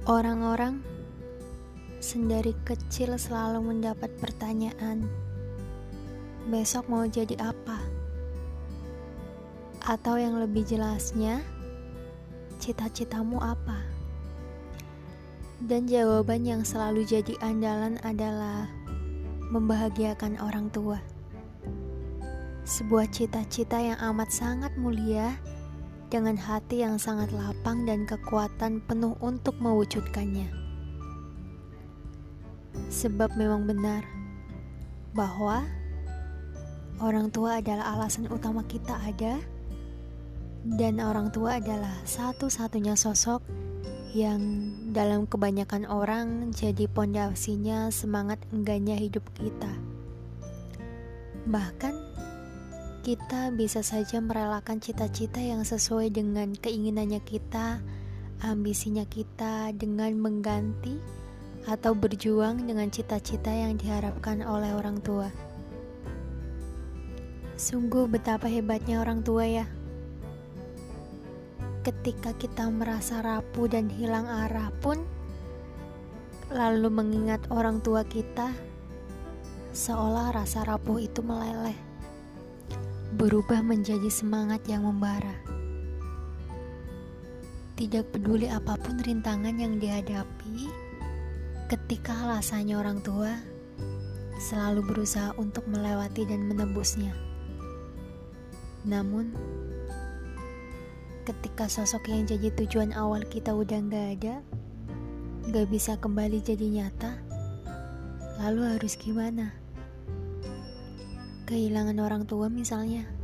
Orang-orang sendari kecil selalu mendapat pertanyaan, besok mau jadi apa? Atau yang lebih jelasnya, cita-citamu apa? Dan jawaban yang selalu jadi andalan adalah membahagiakan orang tua. Sebuah cita-cita yang amat sangat mulia, dengan hati yang sangat lapang dan kekuatan penuh untuk mewujudkannya. Sebab memang benar bahwa orang tua adalah alasan utama kita ada, dan orang tua adalah satu-satunya sosok yang dalam kebanyakan orang jadi pondasinya semangat enggaknya hidup kita. Bahkan kita bisa saja merelakan cita-cita yang sesuai dengan keinginannya kita, ambisinya kita, dengan mengganti atau berjuang dengan cita-cita yang diharapkan oleh orang tua. Sungguh betapa hebatnya orang tua ya. Ketika kita merasa rapuh dan hilang arah pun, lalu mengingat orang tua kita, seolah rasa rapuh itu meleleh, berubah menjadi semangat yang membara. Tidak peduli apapun rintangan yang dihadapi, ketika alasannya orang tua, selalu berusaha untuk melewati dan menebusnya. Namun, ketika sosok yang jadi tujuan awal kita udah gak ada, gak bisa kembali jadi nyata, lalu harus gimana? Kehilangan orang tua misalnya.